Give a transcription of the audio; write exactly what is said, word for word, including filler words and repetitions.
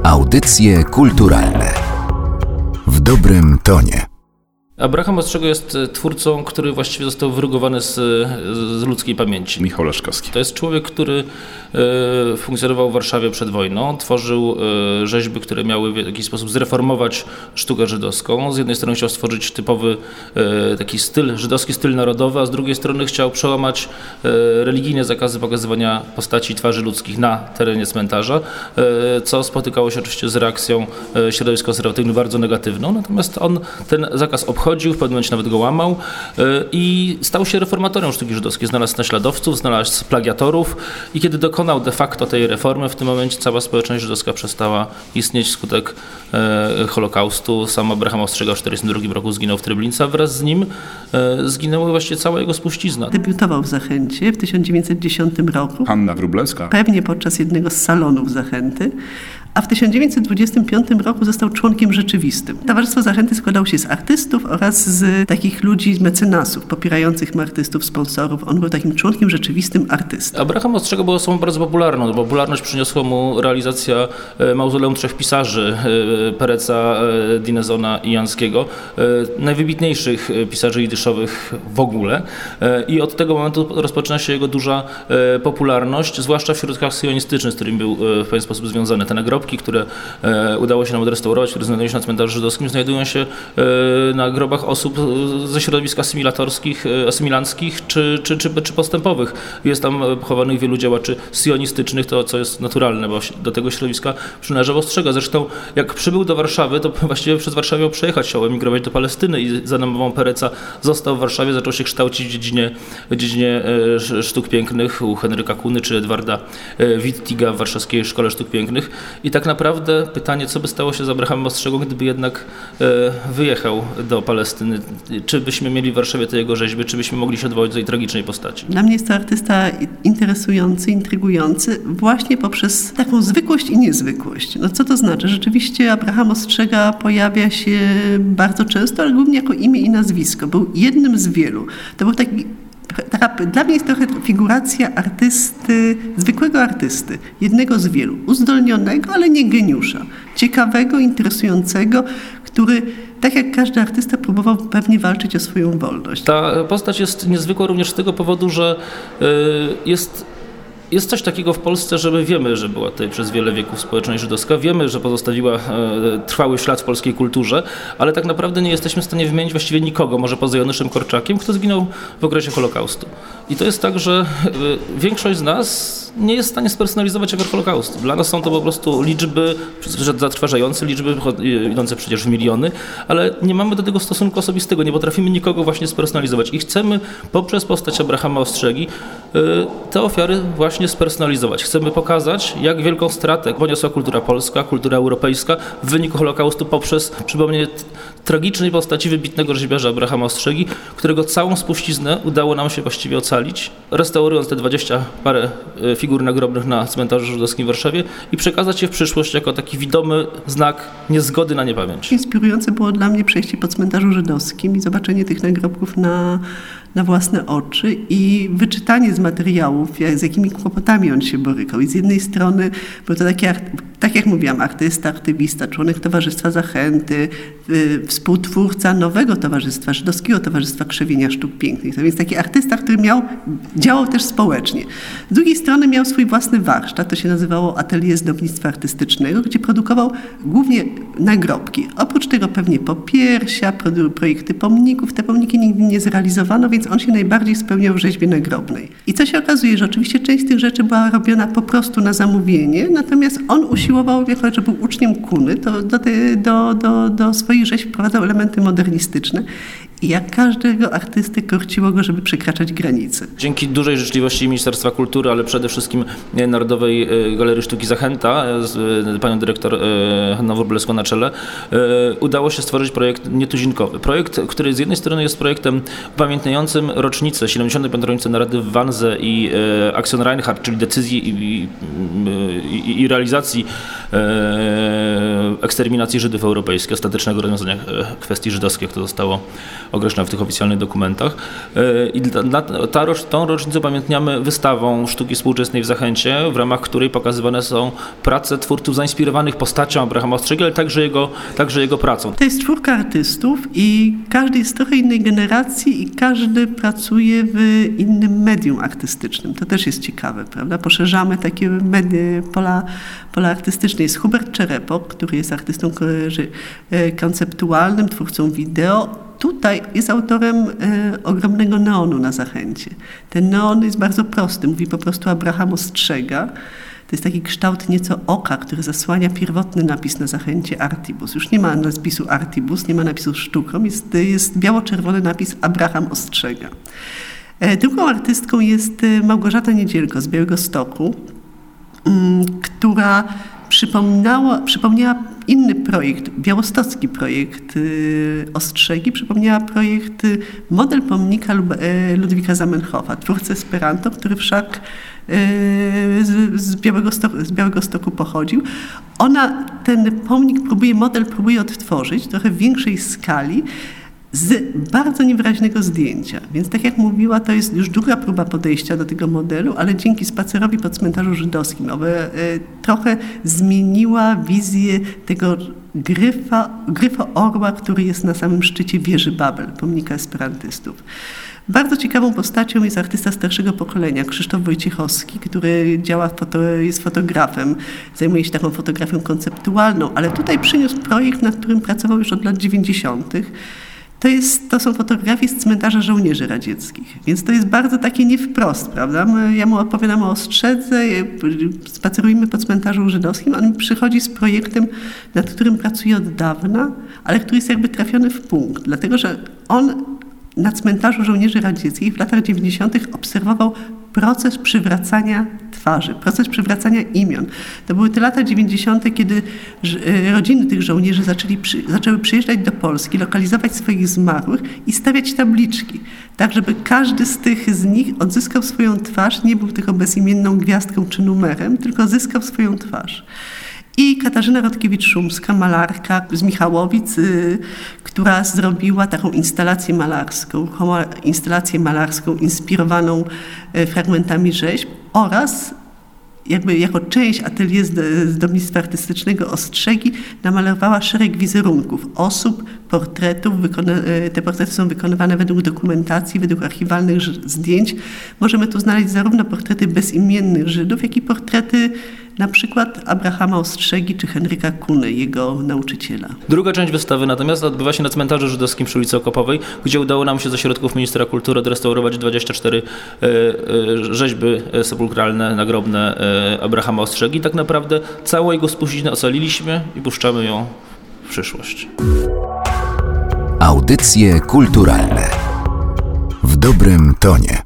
Audycje kulturalne w dobrym tonie. Abraham Ostrzego jest twórcą, który właściwie został wyrugowany z, z ludzkiej pamięci. Michał Leszkowski. To jest człowiek, który e, funkcjonował w Warszawie przed wojną, tworzył e, rzeźby, które miały w jakiś sposób zreformować sztukę żydowską. Z jednej strony chciał stworzyć typowy e, taki styl, żydowski styl narodowy, a z drugiej strony chciał przełamać e, religijne zakazy pokazywania postaci i twarzy ludzkich na terenie cmentarza, e, co spotykało się oczywiście z reakcją e, środowisk konserwatywnych bardzo negatywną. Natomiast on ten zakaz obchodził. Chodził, w pewnym momencie nawet go łamał i stał się reformatorem sztuki żydowskiej. Znalazł naśladowców, znalazł plagiatorów i kiedy dokonał de facto tej reformy, w tym momencie cała społeczność żydowska przestała istnieć wskutek Holokaustu. Sam Abraham Ostrzega w tysiąc dziewięćset czterdziestym drugim roku zginął w Treblince, wraz z nim zginęła właściwie cała jego spuścizna. Debiutował w Zachęcie w tysiąc dziewięćset dziesiątym roku. Hanna Wróblewska. Pewnie podczas jednego z salonów Zachęty. A w tysiąc dziewięćset dwudziestym piątym roku został członkiem rzeczywistym. Towarzystwo Zachęty składało się z artystów oraz z takich ludzi, mecenasów, popierających artystów, sponsorów. On był takim członkiem rzeczywistym artystą. Abraham Ostrzego był osobą bardzo popularną. Popularność przyniosła mu realizacja Mauzoleum Trzech Pisarzy Pereca, Dinezona i Janskiego, najwybitniejszych pisarzy jidyszowych w ogóle. I od tego momentu rozpoczyna się jego duża popularność, zwłaszcza wśród środowiskach sionistycznych, z którymi był w pewien sposób związany. Te nagrobki, które e, udało się nam odrestaurować, które znajdują się na cmentarzu żydowskim, znajdują się e, na grobach osób ze środowisk asymilatorskich, e, asymilanckich czy, czy, czy, czy postępowych. Jest tam pochowanych wielu działaczy sionistycznych, to co jest naturalne, bo do tego środowiska przynależał Ostrzega. Zresztą jak przybył do Warszawy, to właściwie przez Warszawę miał przejechać, chciał emigrować do Palestyny i za namową Pereca został w Warszawie, zaczął się kształcić w dziedzinie, w dziedzinie e, sztuk pięknych u Henryka Kuny czy Edwarda e, Wittiga w Warszawskiej Szkole Sztuk Pięknych. I tak naprawdę pytanie, co by stało się z Abrahamem Ostrzegą, gdyby jednak e, wyjechał do Palestyny? Czy byśmy mieli w Warszawie te jego rzeźby, czy byśmy mogli się odwołać do tej tragicznej postaci? Dla mnie jest to artysta interesujący, intrygujący właśnie poprzez taką zwykłość i niezwykłość. No co to znaczy? Rzeczywiście Abraham Ostrzega pojawia się bardzo często, ale głównie jako imię i nazwisko. Był jednym z wielu. To był taki Taka, dla mnie jest trochę figuracja artysty, zwykłego artysty, jednego z wielu, uzdolnionego, ale nie geniusza, ciekawego, interesującego, który, tak jak każdy artysta, próbował pewnie walczyć o swoją wolność. Ta postać jest niezwykła również z tego powodu, że yy, jest... Jest coś takiego w Polsce, że my wiemy, że była tutaj przez wiele wieków społeczność żydowska, wiemy, że pozostawiła e, trwały ślad w polskiej kulturze, ale tak naprawdę nie jesteśmy w stanie wymienić właściwie nikogo, może poza Januszem Korczakiem, kto zginął w okresie Holokaustu. I to jest tak, że e, większość z nas nie jest w stanie spersonalizować jego Holokaustu. Dla nas są to po prostu liczby zatrważające, liczby idące przecież w miliony, ale nie mamy do tego stosunku osobistego, nie potrafimy nikogo właśnie spersonalizować i chcemy poprzez postać Abrahama Ostrzegi e, te ofiary właśnie spersonalizować. Chcemy pokazać, jak wielką stratę poniosła kultura polska, kultura europejska w wyniku Holokaustu poprzez przypomnienie tragicznej postaci wybitnego rzeźbiarza Abrahama Ostrzegi, którego całą spuściznę udało nam się właściwie ocalić, restaurując te dwadzieścia parę figur nagrobnych na cmentarzu żydowskim w Warszawie i przekazać je w przyszłość jako taki widomy znak niezgody na niepamięć. Inspirujące było dla mnie przejście po cmentarzu żydowskim i zobaczenie tych nagrobków na na własne oczy i wyczytanie z materiałów, z jakimi kłopotami on się borykał. I z jednej strony był to taki, tak jak mówiłam, artysta, aktywista, członek Towarzystwa Zachęty, yy, współtwórca nowego towarzystwa, Żydowskiego Towarzystwa Krzewienia Sztuk Pięknych. To więc taki artysta, który miał, działał też społecznie. Z drugiej strony miał swój własny warsztat, to się nazywało Atelier Zdobnictwa Artystycznego, gdzie produkował głównie nagrobki. Oprócz tego pewnie popiersia, projekty pomników. Te pomniki nigdy nie zrealizowano, więc on się najbardziej spełniał w rzeźbie nagrobnej. I co się okazuje, że oczywiście część z tych rzeczy była robiona po prostu na zamówienie, natomiast on usiłował, jako że był uczniem Kuny, to do, te, do, do, do swoich rzeźb wprowadzał elementy modernistyczne. I jak każdego artysty korciło go, żeby przekraczać granice. Dzięki dużej życzliwości Ministerstwa Kultury, ale przede wszystkim Narodowej Galerii Sztuki Zachęta z panią dyrektor Hanną Wróblewską na czele, udało się stworzyć projekt nietuzinkowy. Projekt, który z jednej strony jest projektem upamiętniającym rocznicę, siedemdziesiątą piątą rocznicę Narady w Wannsee i Aktion Reinhardt, czyli decyzji i, i, i, i realizacji eksterminacji Żydów europejskich, ostatecznego rozwiązania kwestii żydowskiej, jak to zostało określone w tych oficjalnych dokumentach. I dla, ta rocz, tą rocznicę pamiętniamy wystawą sztuki współczesnej w Zachęcie, w ramach której pokazywane są prace twórców zainspirowanych postacią Abrahama Ostrzegi, ale także jego, także jego pracą. To jest czwórka artystów i każdy jest trochę innej generacji i każdy pracuje w innym medium artystycznym. To też jest ciekawe, prawda? Poszerzamy takie medy, pola, pola artystyczne. Jest Hubert Czerepok, który jest artystą konceptualnym, twórcą wideo. Tutaj jest autorem e, ogromnego neonu na Zachęcie. Ten neon jest bardzo prosty, mówi po prostu Abraham ostrzega. To jest taki kształt nieco oka, który zasłania pierwotny napis na Zachęcie Artibus. Już nie ma napisu Artibus, nie ma napisu sztuką, jest, jest biało-czerwony napis Abraham ostrzega. E, drugą artystką jest Małgorzata Niedzielko z Białegostoku, m, która Przypomniała, przypomniała inny projekt, białostocki projekt y, Ostrzegi, przypomniała projekt y, model pomnika Lub, y, Ludwika Zamenhofa, twórcy Esperanto, który wszak y, z, z, Białegostoku, z Białegostoku pochodził. Ona ten pomnik próbuje, model próbuje odtworzyć trochę w większej skali, z bardzo niewyraźnego zdjęcia. Więc tak jak mówiła, to jest już druga próba podejścia do tego modelu, ale dzięki spacerowi po cmentarzu żydowskim oby, e, trochę zmieniła wizję tego gryfa, gryfa orła, który jest na samym szczycie wieży Babel, pomnika esperantystów. Bardzo ciekawą postacią jest artysta starszego pokolenia, Krzysztof Wojciechowski, który działa, foto, jest fotografem, zajmuje się taką fotografią konceptualną, ale tutaj przyniósł projekt, nad którym pracował już od lat dziewięćdziesiątych. To, jest, to są fotografie z cmentarza żołnierzy radzieckich, więc to jest bardzo takie nie wprost, prawda? My, ja mu opowiadam o Ostrzedze, spacerujemy po cmentarzu żydowskim, on przychodzi z projektem, nad którym pracuje od dawna, ale który jest jakby trafiony w punkt, dlatego że on na cmentarzu żołnierzy radzieckich w latach dziewięćdziesiątych obserwował proces przywracania twarzy, proces przywracania imion. To były te lata dziewięćdziesiąte, kiedy rodziny tych żołnierzy zaczęli przy, zaczęły przyjeżdżać do Polski, lokalizować swoich zmarłych i stawiać tabliczki, tak żeby każdy z tych z nich odzyskał swoją twarz, nie był tylko bezimienną gwiazdką czy numerem, tylko zyskał swoją twarz. I Katarzyna Rodkiewicz-Szumska, malarka z Michałowic, y, która zrobiła taką instalację malarską, instalację malarską inspirowaną y, fragmentami rzeźb oraz jakby jako część atelier zdobnictwa artystycznego Ostrzegi namalowała szereg wizerunków osób, portretów. Te portrety są wykonywane według dokumentacji, według archiwalnych zdjęć. Możemy tu znaleźć zarówno portrety bezimiennych Żydów, jak i portrety na przykład Abrahama Ostrzegi czy Henryka Kuny, jego nauczyciela. Druga część wystawy natomiast odbywa się na cmentarzu żydowskim przy ulicy Okopowej, gdzie udało nam się ze środków Ministra Kultury odrestaurować dwadzieścia cztery e, e, rzeźby sepulkralne, nagrobne e, Abrahama Ostrzegi. Tak naprawdę całą jego spuściznę ocaliliśmy i puszczamy ją w przyszłość. Audycje kulturalne w dobrym tonie.